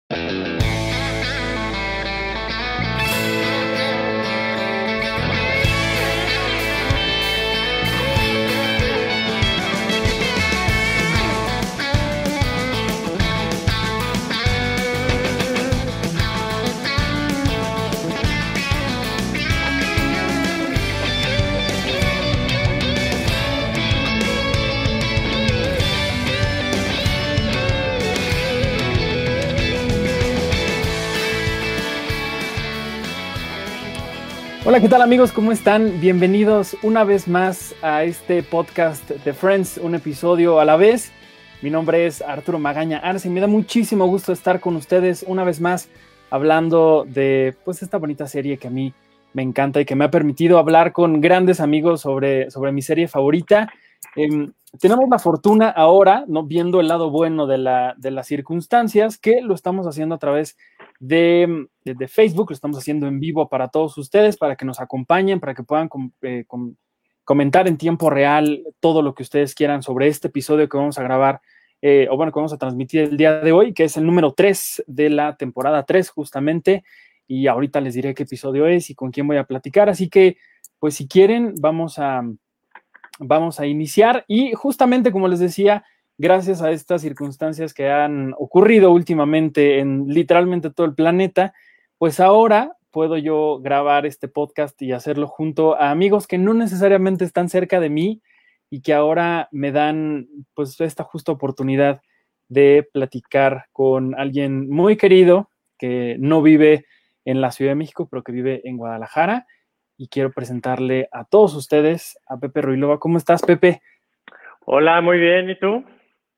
Hola, ¿qué tal amigos? ¿Cómo están? Bienvenidos una vez más a este podcast de Friends, un episodio a la vez. Mi nombre es Arturo Magaña Arce y me da muchísimo gusto estar con ustedes una vez más hablando de pues esta bonita serie que a mí me encanta y que me ha permitido hablar con grandes amigos sobre mi serie favorita. Tenemos la fortuna ahora, ¿no? Viendo el lado bueno de las circunstancias, que lo estamos haciendo a través de Facebook, lo estamos haciendo en vivo para todos ustedes, para que nos acompañen, para que puedan comentar en tiempo real todo lo que ustedes quieran sobre este episodio que vamos a grabar, que vamos a transmitir el día de hoy, que es el número 3 de la temporada 3 justamente, y ahorita les diré qué episodio es y con quién voy a platicar, así que pues si quieren vamos a iniciar y justamente como les decía, gracias a estas circunstancias que han ocurrido últimamente en literalmente todo el planeta, pues ahora puedo yo grabar este podcast y hacerlo junto a amigos que no necesariamente están cerca de mí y que ahora me dan pues esta justa oportunidad de platicar con alguien muy querido que no vive en la Ciudad de México, pero que vive en Guadalajara. Y quiero presentarle a todos ustedes a Pepe Ruilova. ¿Cómo estás, Pepe? Hola, muy bien. ¿Y tú?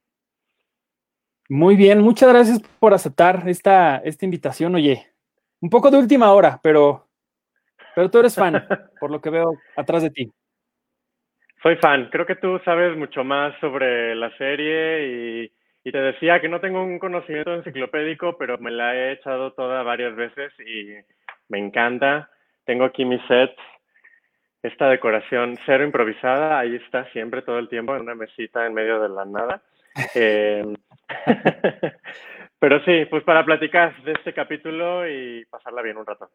Muy bien, muchas gracias por aceptar esta invitación. Oye, un poco de última hora, pero tú eres fan, por lo que veo atrás de ti. Soy fan. Creo que tú sabes mucho más sobre la serie y te decía que no tengo un conocimiento enciclopédico, pero me la he echado toda varias veces y me encanta. Tengo aquí mi set, esta decoración cero improvisada, ahí está siempre todo el tiempo en una mesita en medio de la nada. Eh, pero sí, pues para platicar de este capítulo y pasarla bien un rato.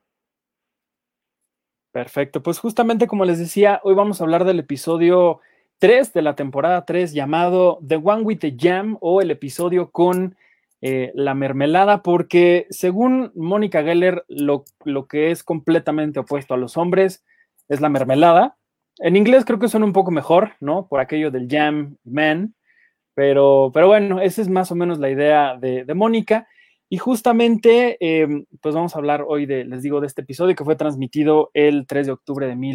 Perfecto, pues justamente como les decía, hoy vamos a hablar del episodio 3 de la temporada 3 llamado The One with the Jam o el episodio con la mermelada, porque según Mónica Geller, lo que es completamente opuesto a los hombres es la mermelada. En inglés creo que suena un poco mejor, ¿no? Por aquello del jam man, pero bueno, esa es más o menos la idea de Mónica. Y justamente, pues vamos a hablar hoy les digo, de este episodio que fue transmitido el 3 de octubre de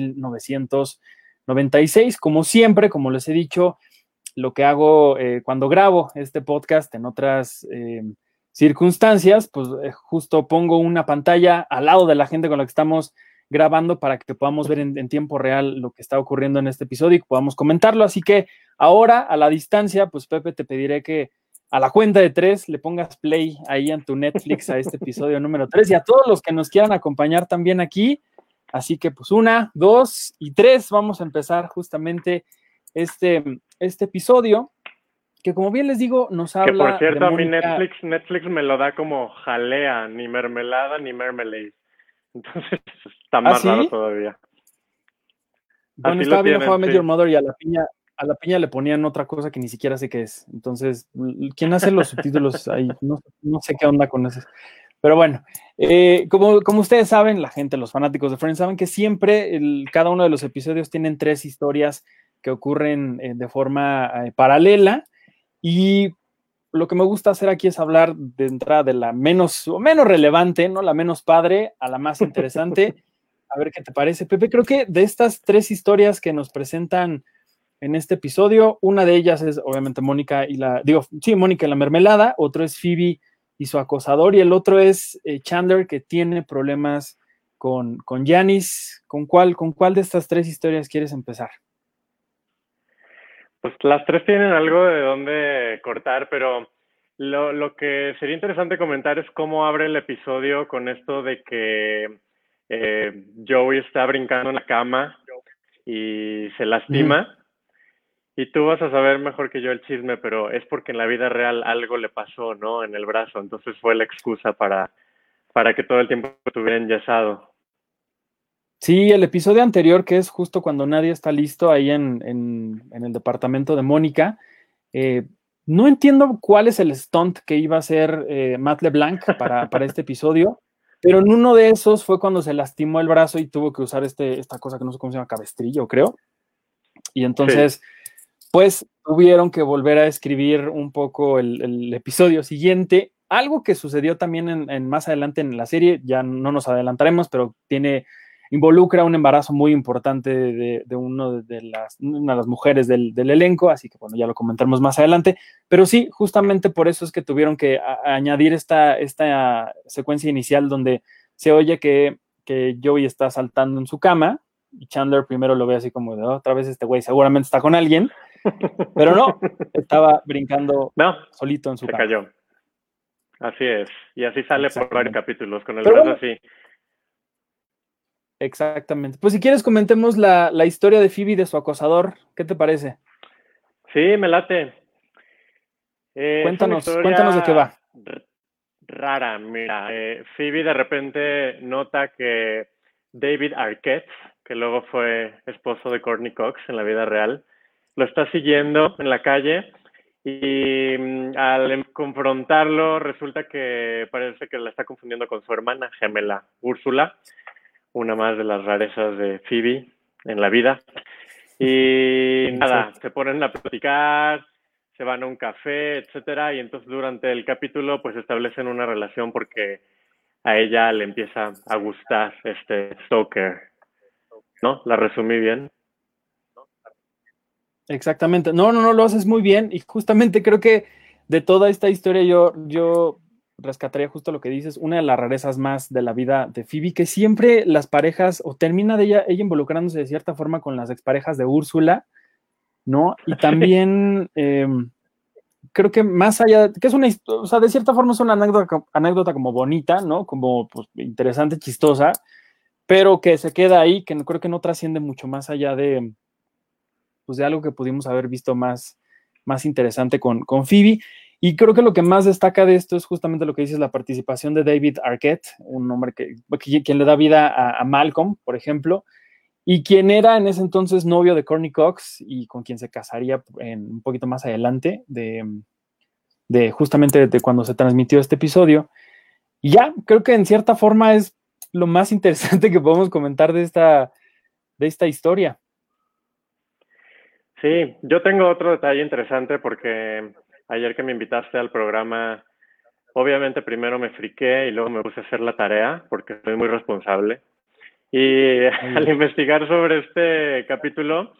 1996. Como siempre, como les he dicho, lo que hago cuando grabo este podcast en otras circunstancias, pues justo pongo una pantalla al lado de la gente con la que estamos grabando para que podamos ver en tiempo real lo que está ocurriendo en este episodio y podamos comentarlo. Así que ahora, a la distancia, pues Pepe, te pediré que a la cuenta de 3 le pongas play ahí en tu Netflix a este episodio número 3 y a todos los que nos quieran acompañar también aquí. Así que pues 1, 2 y 3 vamos a empezar justamente este episodio que, como bien les digo, nos Que por habla de cierto, a mí Mónica. Netflix me lo da como jalea, ni mermelada ni mermelade. Entonces está ¿Ah, más raro sí? todavía. Bueno, Así lo estaba viendo How tienen, I Met sí. Your Mother y a la piña le ponían otra cosa que ni siquiera sé qué es. Entonces, ¿quién hace los subtítulos ahí? No sé qué onda con eso. Pero bueno, como ustedes saben, la gente, los fanáticos de Friends, saben que siempre cada uno de los episodios tienen 3 historias que ocurren de forma paralela. Y lo que me gusta hacer aquí es hablar de entrada de la menos relevante, ¿no? La menos padre a la más interesante. A ver qué te parece, Pepe. Creo que de estas 3 historias que nos presentan en este episodio, una de ellas es obviamente Mónica y Mónica y la mermelada, otro es Phoebe y su acosador, y el otro es Chandler, que tiene problemas con Janice. ¿Con cuál de estas 3 historias quieres empezar? Pues las tres tienen algo de dónde cortar, pero lo que sería interesante comentar es cómo abre el episodio con esto de que Joey está brincando en la cama y se Uh -huh. lastima. Y tú vas a saber mejor que yo el chisme, pero es porque en la vida real algo le pasó, ¿no? En el brazo. Entonces fue la excusa para que todo el tiempo estuviera enyesado. Sí, el episodio anterior, que es justo cuando nadie está listo ahí en el departamento de Mónica, eh, no entiendo cuál es el stunt que iba a hacer Matt LeBlanc para este episodio, pero en uno de esos fue cuando se lastimó el brazo y tuvo que usar esta cosa que no sé cómo se llama, cabestrillo, creo. Y Sí. entonces, pues tuvieron que volver a escribir un poco el episodio siguiente. Algo que sucedió también más adelante en la serie, ya no nos adelantaremos, pero involucra un embarazo muy importante de una de las mujeres del elenco, así que bueno, ya lo comentaremos más adelante. Pero sí, justamente por eso es que tuvieron que añadir esta secuencia inicial donde se oye que Joey está saltando en su cama y Chandler primero lo ve así como de otra vez este güey seguramente está con alguien, pero no, estaba brincando No, solito en su se cama. cayó. Así es. Y así sale por varios Exactamente. capítulos, con el Pero brazo bueno, así. exactamente. Pues si quieres comentemos la historia de Phoebe y de su acosador. ¿Qué te parece? Sí, me late. Es una Cuéntanos de qué historia va. rara. Mira, Phoebe de repente nota que David Arquette, que luego fue esposo de Courtney Cox en la vida real, lo está siguiendo en la calle y al confrontarlo resulta que parece que la está confundiendo con su hermana gemela, Úrsula, una más de las rarezas de Phoebe en la vida. Y nada, Exacto. se ponen a platicar, se van a un café, etcétera, y entonces durante el capítulo pues establecen una relación porque a ella le empieza a gustar este stalker, ¿no? ¿La resumí bien? Exactamente. No, lo haces muy bien y justamente creo que de toda esta historia yo rescataría justo lo que dices, una de las rarezas más de la vida de Phoebe, que siempre las parejas, o termina de ella involucrándose de cierta forma con las exparejas de Úrsula, ¿no? Y Sí, también creo que más allá, que es una historia, o sea, de cierta forma es una anécdota como bonita, ¿no? Como pues, interesante, chistosa, pero que se queda ahí, que creo que no trasciende mucho más allá pues, de algo que pudimos haber visto más interesante con Phoebe. Y creo que lo que más destaca de esto es justamente lo que dices, la participación de David Arquette, un hombre quien le da vida a Malcolm, por ejemplo, y quien era en ese entonces novio de Courtney Cox y con quien se casaría un poquito más adelante de justamente de cuando se transmitió este episodio. Y ya, creo que en cierta forma es lo más interesante que podemos comentar de esta historia. sí, yo tengo otro detalle interesante porque ayer que me invitaste al programa, obviamente primero me friqué y luego me puse a hacer la tarea porque soy muy responsable. Y Muy al bien. investigar sobre este capítulo,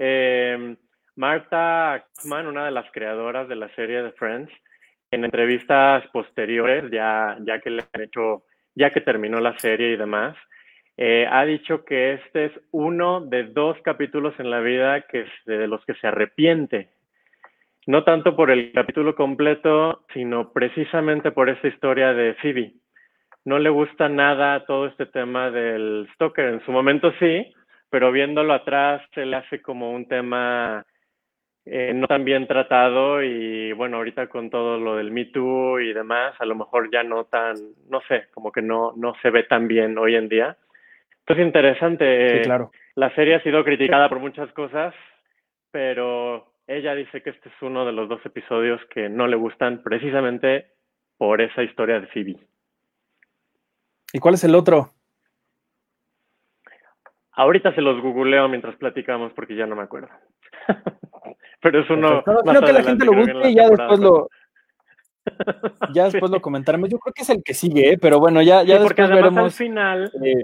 Marta Kaufman, una de las creadoras de la serie de Friends, en entrevistas posteriores, ya que le han hecho, ya que terminó la serie y demás, ha dicho que este es uno de dos capítulos en la vida de los que se arrepiente. No tanto por el capítulo completo, sino precisamente por esta historia de Phoebe. No le gusta nada todo este tema del stalker. En su momento sí, pero viéndolo atrás se le hace como un tema no tan bien tratado y bueno, ahorita con todo lo del Me Too y demás, a lo mejor ya no tan, no sé, como que no se ve tan bien hoy en día. Entonces Sí, interesante, claro. la serie ha sido criticada por muchas cosas, pero ella dice que este es uno de los dos episodios que no le gustan precisamente por esa historia de Phoebe. ¿Y cuál es el otro? Ahorita se los googleo mientras platicamos porque ya no me acuerdo. Pero es uno Perfecto. No, más creo que la gente adelante, lo creo que en busque la y ya temporada después 4. ya Sí. después lo comentaremos. Yo creo que es el que sigue, ¿eh? Pero bueno, ya Sí, porque después además al veremos. final, eh,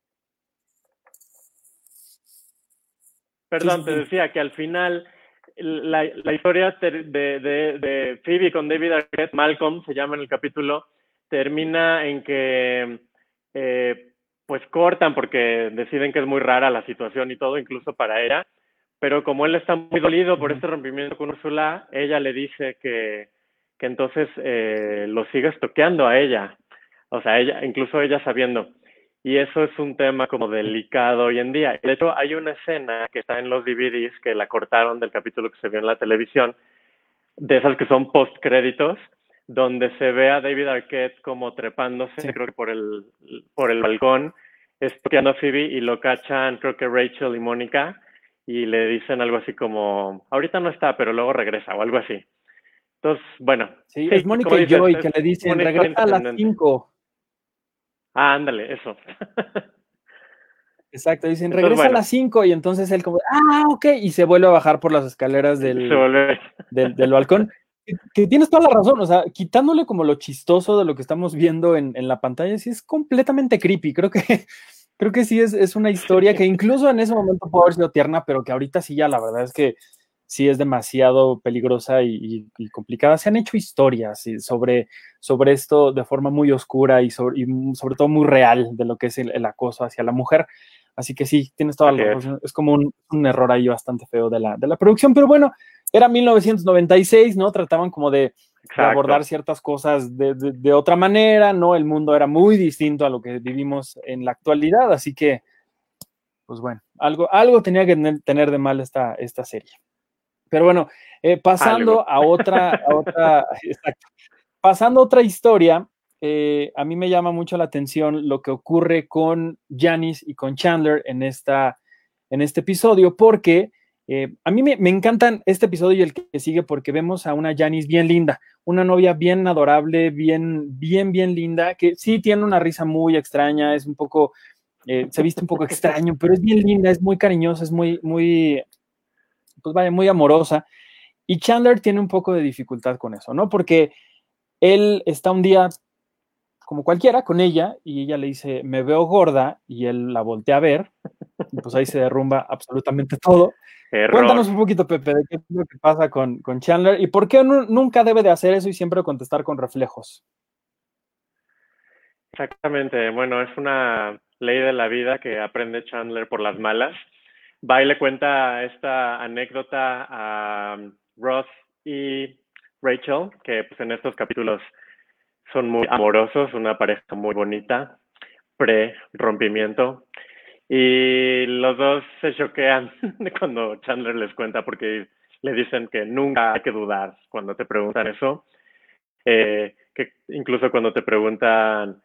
sí, sí, perdón, te sí. decía que al final la historia de Phoebe con David Arquette, Malcolm se llama en el capítulo, termina en que pues cortan porque deciden que es muy rara la situación y todo, incluso para ella, pero como él está muy dolido por Ujú. este rompimiento con Ursula, ella le dice que entonces lo sigue estoqueando a ella, o sea, ella, incluso ella sabiendo. Y eso es un tema como delicado hoy en día. De hecho, hay una escena que está en los DVDs que la cortaron del capítulo que se vio en la televisión, de esas que son post créditos, donde se ve a David Arquette como trepándose, Sí. creo que por el balcón, estoqueando a Phoebe y lo cachan, creo que Rachel y Mónica, y le dicen algo así como, ahorita no está, pero luego regresa, o algo así. Entonces, bueno, Sí, es sí, Mónica como y dices, Joy es que le dicen, una historia regresa a las intrascendente. 5. Ah, ándale, eso. Exacto, dicen, Entonces, regresa a bueno, las 5 y entonces él como, ok, y se vuelve a bajar por las escaleras se vuelve... del balcón. Que tienes toda la razón, o sea, quitándole como lo chistoso de lo que estamos viendo en la pantalla, sí es completamente creepy. Creo que sí es una historia que incluso en ese momento puede haber sido tierna, pero que ahorita sí ya la verdad es que sí es demasiado peligrosa y complicada. Se han hecho historias sobre esto de forma muy oscura y sobre todo muy real de lo que es el acoso hacia la mujer. Así que sí, tienes toda Así la es. razón. Es como un error ahí bastante feo de la producción, pero bueno, era 1996, ¿no? Trataban como de abordar Exacto. ciertas cosas de otra manera, ¿no? El mundo era muy distinto a lo que vivimos en la actualidad, así que, pues bueno, algo tenía que tener de mal esta serie. Pero bueno, Algo. pasando a exacto, pasando a otra historia, a mí me llama mucho la atención lo que ocurre con Janice y con Chandler en este episodio, porque a mí me encantan este episodio y el que sigue porque vemos a una Janice bien linda, una novia bien adorable, bien linda, que sí tiene una risa muy extraña, es un poco, se viste un poco extraño, pero es bien linda, es muy cariñosa, es pues vaya, muy amorosa. Y Chandler tiene un poco de dificultad con eso, ¿no? Porque él está un día como cualquiera con ella y ella le dice, me veo gorda y él la voltea a ver y pues ahí se derrumba absolutamente todo. Error. Cuéntanos un poquito, Pepe, de qué es lo que pasa con Chandler y por qué nunca debe de hacer eso y siempre contestar con reflejos. Exactamente. Bueno, es una ley de la vida que aprende Chandler por las malas. Va y le cuenta esta anécdota a Ross y Rachel, que pues en estos capítulos son muy amorosos, una pareja muy bonita, pre-rompimiento. Y los dos se choquean cuando Chandler les cuenta porque le dicen que nunca hay que dudar cuando te preguntan eso. Que incluso cuando te preguntan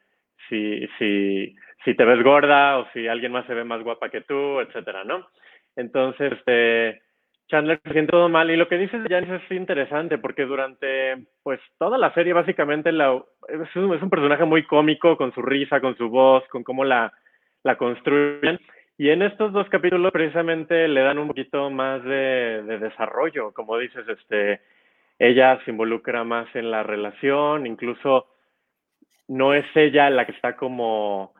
si te ves gorda o si alguien más se ve más guapa que tú, etcétera, ¿no? Entonces, Chandler se siente todo mal y lo que dices de Janice es interesante porque durante pues toda la serie básicamente es un personaje muy cómico con su risa, con su voz, con cómo la construyen y en estos dos capítulos precisamente le dan un poquito más de desarrollo, como dices, ella se involucra más en la relación, incluso no es ella la que está como,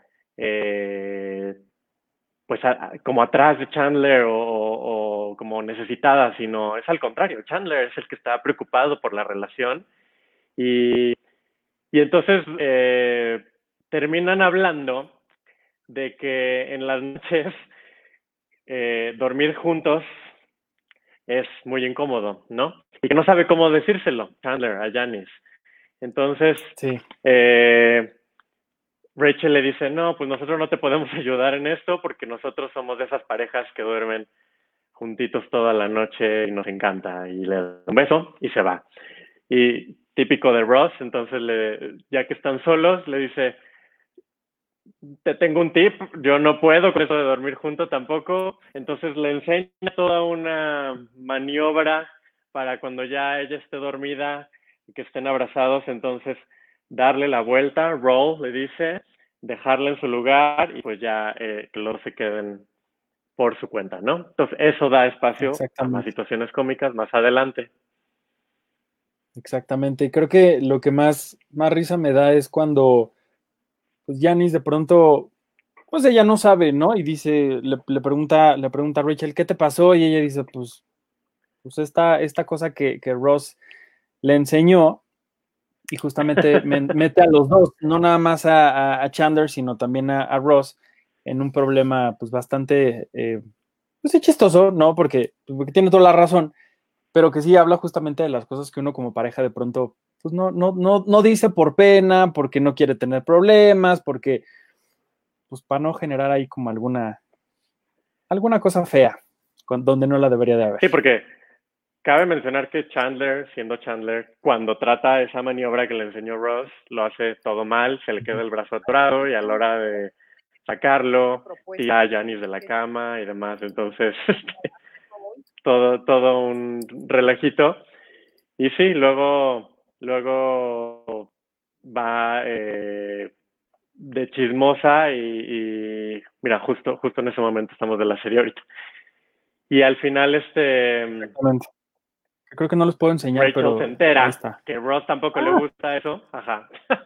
pues, como atrás de Chandler o como necesitada, sino es al contrario, Chandler es el que está preocupado por la relación y, y entonces terminan hablando de que en las noches dormir juntos es muy incómodo, ¿no? Y que no sabe cómo decírselo, Chandler, a Janice. Entonces, Sí, eh, Rachel le dice, no, pues nosotros no te podemos ayudar en esto porque nosotros somos de esas parejas que duermen juntitos toda la noche y nos encanta. Y le da un beso y se va. Y típico de Ross, entonces ya que están solos, le dice, te tengo un tip, yo no puedo con eso de dormir junto tampoco. Entonces le enseña toda una maniobra para cuando ya ella esté dormida y que estén abrazados, entonces darle la vuelta, roll, le dice, dejarla en su lugar y pues ya que los se queden por su cuenta, ¿no? Entonces eso da espacio a más exactamente, situaciones cómicas más adelante. exactamente. Y creo que lo que más risa me da es cuando pues Janice de pronto pues ella no sabe, ¿no? Y dice, le pregunta a Rachel, ¿qué te pasó? Y ella dice, pues esta cosa que Ross le enseñó y justamente mete a los dos, no nada más a Chandler, sino también a Ross en un problema pues bastante, pues sí chistoso, ¿no? Porque tiene toda la razón, pero que sí habla justamente de las cosas que uno como pareja de pronto pues no dice por pena, porque no quiere tener problemas, porque pues para no generar ahí como alguna cosa fea, donde no la debería de haber. Sí, porque cabe mencionar que Chandler, siendo Chandler, cuando trata esa maniobra que le enseñó Ross, lo hace todo mal, se le queda el brazo atorado y a la hora de sacarlo, tira a Janice de la cama y demás. Entonces, todo un relajito. Y sí, luego va de chismosa y mira, justo en ese momento estamos de la serie ahorita. Y al final Exactamente. Creo que no los puedo enseñar, Rachel se pero ahí entera está. que Ross tampoco le gusta eso. Ajá.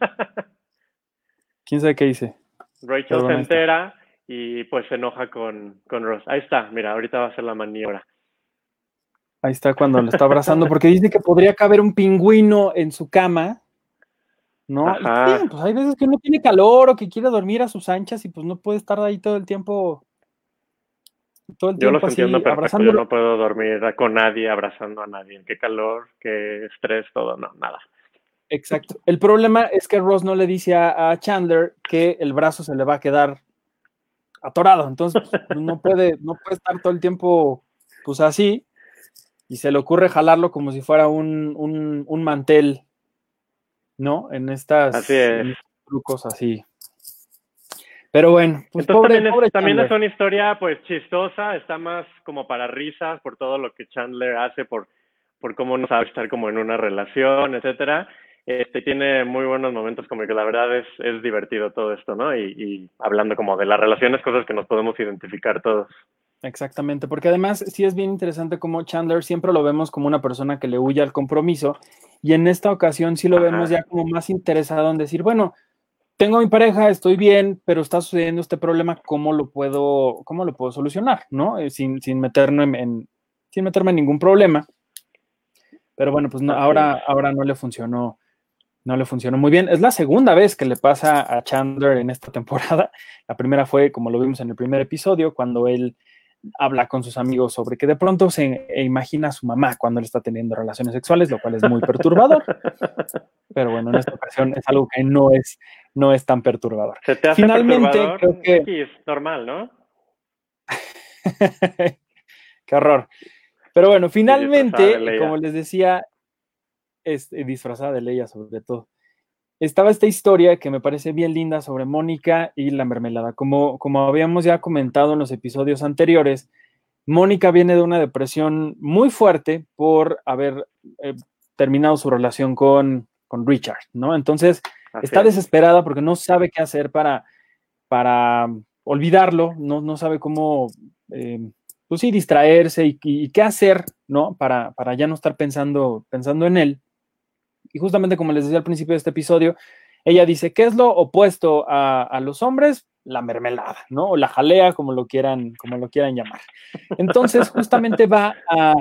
¿Quién sabe qué hice? Rachel Pero se bueno, ahí está. entera y pues se enoja con Ross. Ahí está, mira, ahorita va a ser la maniobra. Ahí está cuando lo está abrazando, porque dice que podría caber un pingüino en su cama, ¿no? Y está bien, Ajá. pues hay veces que uno tiene calor o que quiere dormir a sus anchas y pues no puede estar ahí todo el tiempo Yo los entiendo así perfecto. Yo abrazándolo. no puedo dormir con nadie, abrazando a nadie. Qué calor, qué estrés, todo. No, nada. Exacto. El problema es que Ross no le dice a Chandler que el brazo se le va a quedar atorado, entonces pues, no puede estar todo el tiempo pues así y se le ocurre jalarlo como si fuera un mantel, ¿no? Así es. En estos trucos así. Pero bueno, pues Entonces pobre también es Chandler. una historia pues chistosa, está más como para risas por todo lo que Chandler hace, por cómo no sabe estar como en una relación, etcétera. Tiene muy buenos momentos, como que la verdad es divertido todo esto, ¿no? Y hablando como de las relaciones, cosas que nos podemos identificar todos. Exactamente, porque además sí es bien interesante cómo Chandler siempre lo vemos como una persona que le huye al compromiso y en esta ocasión sí lo vemos Ajá. ya como más interesado en decir, bueno, tengo a mi pareja, estoy bien, pero está sucediendo este problema, cómo lo puedo solucionar, ¿no? Sin meterme sin meterme en ningún problema. Pero bueno, pues no, Así es. ahora no le funcionó muy bien. Es la segunda vez que le pasa a Chandler en esta temporada. La primera fue, como lo vimos en el primer episodio, cuando él habla con sus amigos sobre que de pronto se imagina a su mamá cuando él está teniendo relaciones sexuales, lo cual es muy perturbador. Pero bueno, en esta ocasión es algo que no es tan perturbador. ¿Se te hace Finalmente, perturbador? creo que X, normal, ¿no? qué horror. Pero bueno, Y disfrazada de finalmente, como Leia. les decía, disfrazada de Leia sobre todo, estaba esta historia que me parece bien linda sobre Mónica y la mermelada. Como habíamos ya comentado en los episodios anteriores, Mónica viene de una depresión muy fuerte por haber eh, terminado su relación con Richard, ¿no? Entonces Así está es. desesperada porque no sabe qué hacer para olvidarlo, no sabe cómo, pues sí, distraerse y qué hacer, ¿no? Para ya no estar pensando en él. Y justamente como les decía al principio de este episodio, ella dice, ¿qué es lo opuesto a los hombres? La mermelada, ¿no? O la jalea, como lo quieran llamar. Entonces, justamente va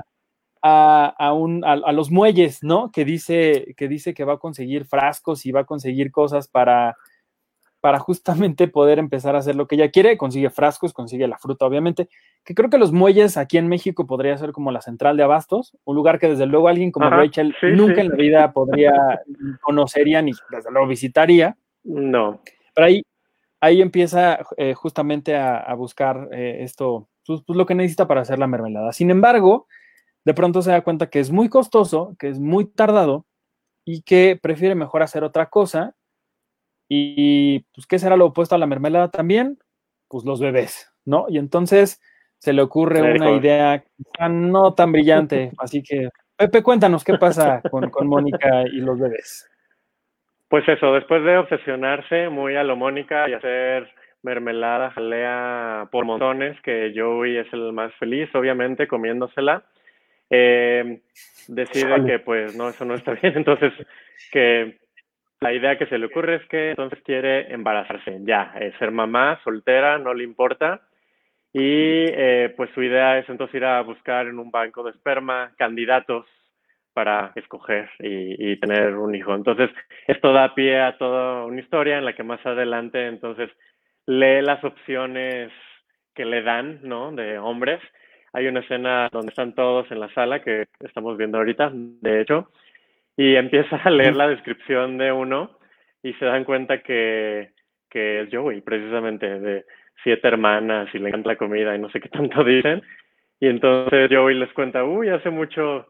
a los muelles, ¿no? Que dice que va a conseguir frascos y va a conseguir cosas para justamente poder empezar a hacer lo que ella quiere. Consigue frascos, consigue la fruta, obviamente. Que creo que los muelles aquí en México podría ser como la central de abastos, un lugar que desde luego alguien como Ajá, Rachel sí, nunca sí. en la vida conocería ni desde luego visitaría. No. Pero ahí empieza justamente a buscar esto, pues lo que necesita para hacer la mermelada. Sin embargo, de pronto se da cuenta que es muy costoso, que es muy tardado y que prefiere mejor hacer otra cosa. Y pues, ¿qué será lo opuesto a la mermelada también? Pues los bebés, ¿no? Y entonces se le ocurre Tener una hijos. idea quizá no tan brillante. Así que, Pepe, cuéntanos qué pasa con Mónica y los bebés. Pues eso, después de obsesionarse muy a lo Mónica y hacer mermelada, jalea por montones, que Joey es el más feliz, obviamente, comiéndosela, eh, decide Híjole. que pues no, eso no está bien, entonces que la idea que se le ocurre es que entonces quiere embarazarse, ya, ser mamá, soltera, no le importa, y pues su idea es entonces ir a buscar en un banco de esperma candidatos para escoger y tener un hijo. Entonces, esto da pie a toda una historia en la que más adelante entonces lee las opciones que le dan, ¿no? De hombres. Hay una escena donde están todos en la sala que estamos viendo ahorita, de hecho, y empieza a leer Ujú. la descripción de uno y se dan cuenta que que es Joey, precisamente, de 7 hermanas y le encanta la comida y no sé qué tanto dicen. Y entonces Joey les cuenta, uy, hace mucho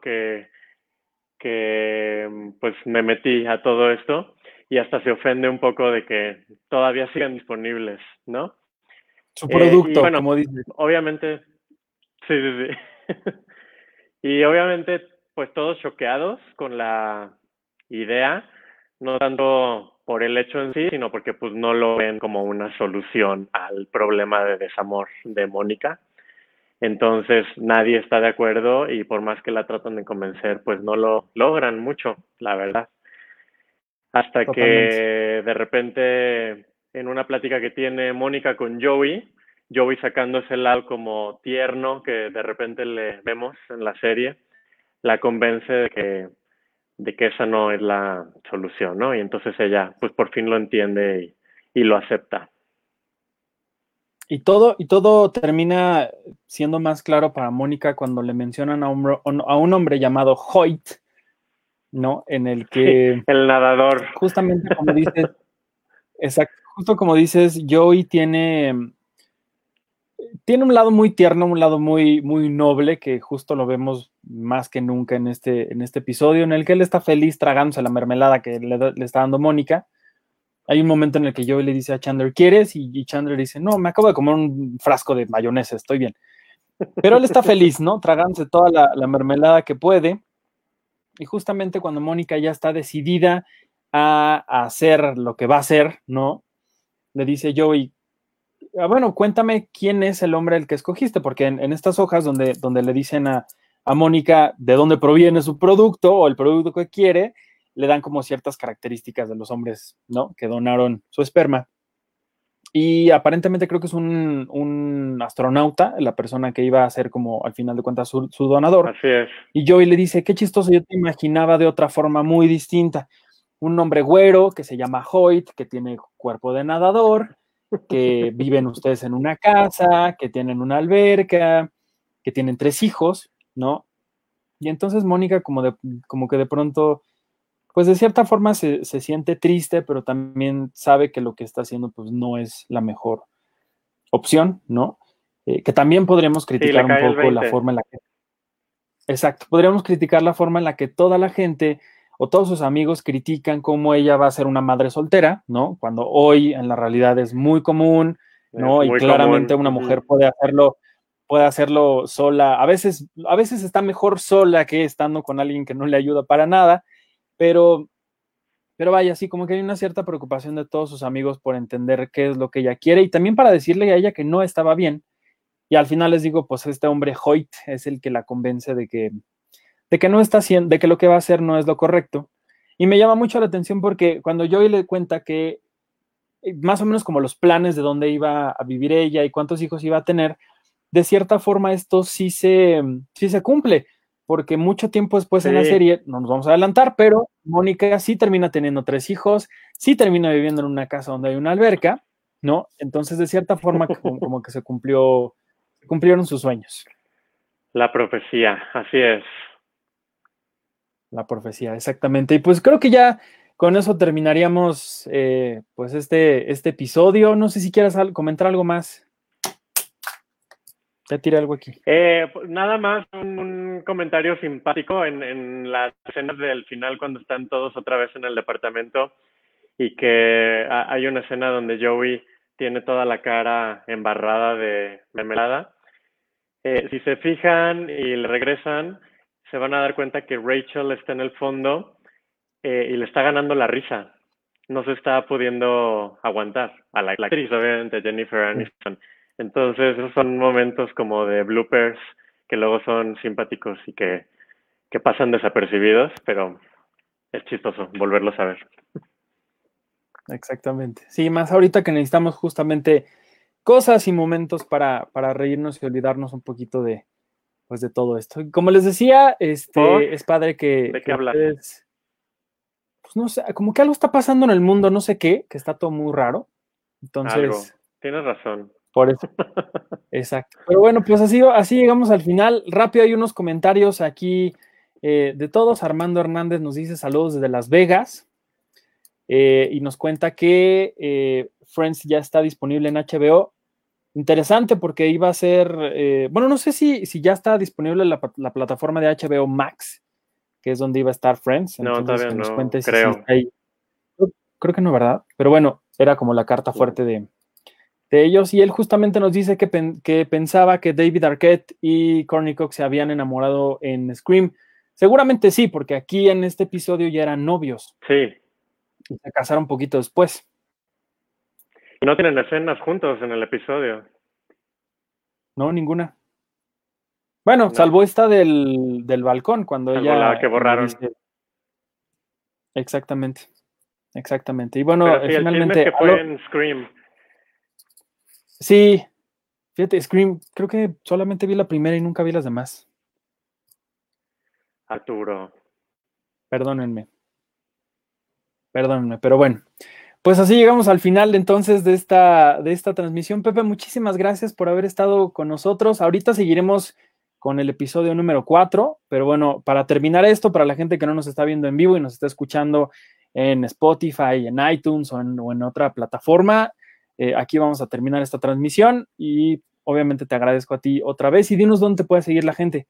que pues me metí a todo esto y hasta se ofende un poco de que todavía sigan disponibles, ¿no? Su Y producto, bueno, como dices. obviamente, sí, sí, sí. Y obviamente, pues todos choqueados con la idea, no tanto por el hecho en sí, sino porque pues no lo ven como una solución al problema de desamor de Mónica. Entonces nadie está de acuerdo y por más que la tratan de convencer, pues no lo logran mucho, la verdad. Hasta que Totalmente. de repente en una plática que tiene Mónica con Joey sacando ese lado como tierno que de repente le vemos en la serie, la convence de que esa no es la solución, ¿no? Y entonces ella pues por fin lo entiende y lo acepta. Y todo termina siendo más claro para Mónica cuando le mencionan a un hombre llamado Hoyt, ¿no? En el Sí, que el nadador. justamente como dices, exacto, justo como dices, Joey tiene un lado muy tierno, un lado muy, muy noble, que justo lo vemos más que nunca en este episodio, en el que él está feliz tragándose la mermelada que le está dando Mónica. Hay un momento en el que Joey le dice a Chandler, ¿quieres? Y Chandler dice, no, me acabo de comer un frasco de mayonesa, estoy bien. Pero él está feliz, ¿no? Tragándose toda la mermelada que puede. Y justamente cuando Mónica ya está decidida a hacer lo que va a hacer, ¿no? Le dice Joey, bueno, cuéntame quién es el hombre el que escogiste, porque en estas hojas donde le dicen a Mónica de dónde proviene su producto o el producto que quiere, le dan como ciertas características de los hombres, ¿no? Que donaron su esperma. Y aparentemente creo que es un astronauta, la persona que iba a ser como al final de cuentas su donador. Así es. Y Joey le dice, qué chistoso, yo te imaginaba de otra forma muy distinta. Un hombre güero que se llama Hoyt, que tiene cuerpo de nadador, que viven ustedes en una casa, que tienen una alberca, que tienen 3 hijos, ¿no? Y entonces Mónica como que de pronto, pues de cierta forma se siente triste, pero también sabe que lo que está haciendo pues no es la mejor opción, ¿no? Que también podríamos Sí, le criticar un cae el poco la 20. forma en la que, exacto, podríamos criticar la forma en la que toda la gente o todos sus amigos critican cómo ella va a ser una madre soltera, ¿no? Cuando hoy en la realidad es muy común, Es ¿no? Y muy claramente común. una mujer puede hacerlo sola. A veces está mejor sola que estando con alguien que no le ayuda para nada, pero, pero vaya, sí, como que hay una cierta preocupación de todos sus amigos por entender qué es lo que ella quiere y también para decirle a ella que no estaba bien. Y al final les digo, pues este hombre Hoyt es el que la convence de que no está haciendo, de que lo que va a hacer no es lo correcto. Y me llama mucho la atención porque cuando Joey le cuenta que más o menos como los planes de dónde iba a vivir ella y cuántos hijos iba a tener, de cierta forma esto sí se cumple, porque mucho tiempo después en la Sí, serie, no nos vamos a adelantar, pero Mónica sí termina teniendo 3 hijos, sí termina viviendo en una casa donde hay una alberca, ¿no? Entonces, de cierta forma, como que se cumplieron sus sueños. la profecía, así es. La profecía, exactamente. Y pues creo que ya con eso terminaríamos pues este episodio. No sé si quieras comentar algo más. Ya tiré algo aquí. Pues nada más un comentario simpático en las escenas del final cuando están todos otra vez en el departamento y que hay una escena donde Joey tiene toda la cara embarrada de mermelada. Si se fijan y le regresan, se van a dar cuenta que Rachel está en el fondo y le está ganando la risa. No se está pudiendo aguantar a la actriz, obviamente, Jennifer Aniston. Entonces, esos son momentos como de bloopers que luego son simpáticos y que pasan desapercibidos, pero es chistoso volverlos a ver. Exactamente. Sí, más ahorita que necesitamos justamente cosas y momentos para reírnos y olvidarnos un poquito pues de todo esto. Y como les decía, ¿Por? es padre ¿De que qué hablas? ustedes, pues no sé, como que algo está pasando en el mundo, no sé qué, que está todo muy raro. Algo. Entonces, Tienes razón. por eso. Exacto. Pero bueno, pues así llegamos al final. Rápido hay unos comentarios aquí de todos. Armando Hernández nos dice saludos desde Las Vegas. y nos cuenta que Friends ya está disponible en HBO. Interesante porque iba a ser, bueno, no sé si ya está disponible la plataforma de HBO Max, que es donde iba a estar Friends, No, entonces todavía que nos no, cuente si sí creo. está ahí. Creo que no, ¿verdad? Pero bueno, era como la carta fuerte de ellos, y él justamente nos dice que pensaba que David Arquette y Courtney Cox se habían enamorado en Scream. Seguramente sí, porque aquí en este episodio ya eran novios Sí. y se casaron un poquito después. Y no tienen escenas juntos en el episodio, No, ninguna. Bueno, ¿no? salvo esta del balcón, cuando Salvo la ella que le borraron. dice, exactamente, exactamente. Y Pero bueno, sí, el chisme es finalmente, que fue en Scream. sí, fíjate, Scream, creo que solamente vi la primera y nunca vi las demás. Arturo. Perdónenme, perdónenme, pero bueno. Pues así llegamos al final entonces de esta transmisión. Pepe, muchísimas gracias por haber estado con nosotros. Ahorita seguiremos con el episodio número 4, pero bueno, para terminar esto, para la gente que no nos está viendo en vivo y nos está escuchando en Spotify, en iTunes o en otra plataforma, aquí vamos a terminar esta transmisión y obviamente te agradezco a ti otra vez y dinos dónde te puede seguir la gente.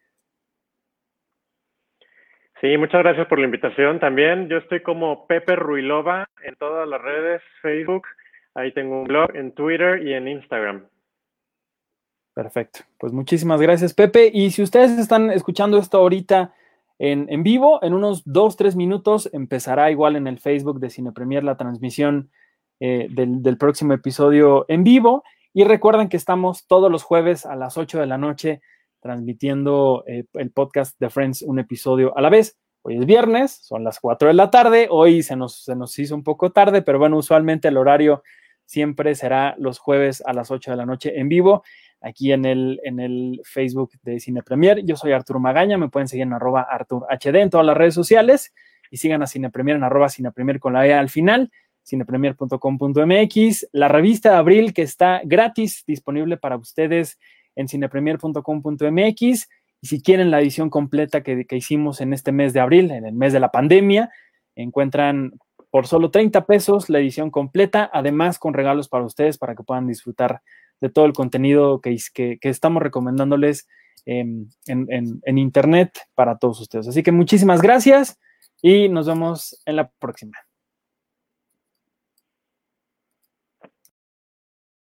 Sí, muchas gracias por la invitación también. Yo estoy como Pepe Ruilova en todas las redes, Facebook, ahí tengo un blog, en Twitter y en Instagram. Perfecto. Pues muchísimas gracias, Pepe. Y si ustedes están escuchando esto ahorita en vivo, en unos 2, 3 minutos empezará igual en el Facebook de Cine Premier la transmisión del próximo episodio en vivo. Y recuerden que estamos todos los jueves a las 8 de la noche transmitiendo el podcast de Friends un episodio a la vez. Hoy es viernes, son las 4 de la tarde. Hoy se nos hizo un poco tarde, pero bueno, usualmente el horario siempre será los jueves a las 8 de la noche en vivo aquí en el Facebook de Cine Premier. Yo soy Arturo Magaña, me pueden seguir en @ArturHD en todas las redes sociales y sigan a Cine Premier en @cinepremier con la E al final, cinepremier.com.mx, la revista de abril que está gratis, disponible para ustedes en cinepremier.com.mx, y si quieren la edición completa que hicimos en este mes de abril, en el mes de la pandemia, encuentran por solo 30 pesos la edición completa, además con regalos para ustedes para que puedan disfrutar de todo el contenido que estamos recomendándoles en internet para todos ustedes. Así que muchísimas gracias y nos vemos en la próxima.